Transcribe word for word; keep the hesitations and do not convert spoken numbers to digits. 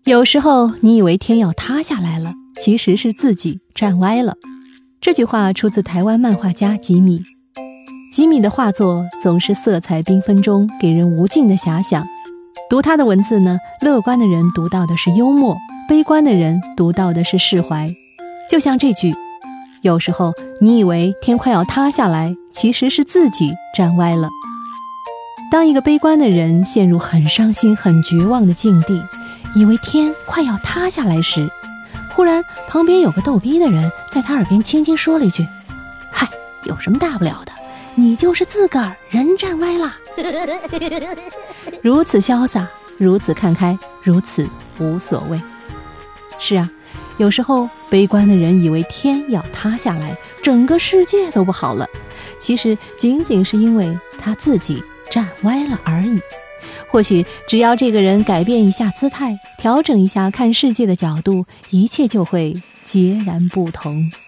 有时候你以为天要塌下来了，其实是自己站歪了。这句话出自台湾漫画家吉米。吉米的画作总是色彩缤纷中给人无尽的遐想。读他的文字呢，乐观的人读到的是幽默，悲观的人读到的是释怀。就像这句，有时候你以为天快要塌下来，其实是自己站歪了。当一个悲观的人陷入很伤心很绝望的境地，以为天快要塌下来时，忽然旁边有个逗逼的人在他耳边轻轻说了一句：嗨，有什么大不了的，你就是自个儿人站歪啦。如此潇洒，如此看开，如此无所谓。是啊，有时候悲观的人以为天要塌下来，整个世界都不好了，其实仅仅是因为他自己站歪了而已。或许只要这个人改变一下姿态，调整一下看世界的角度，一切就会截然不同。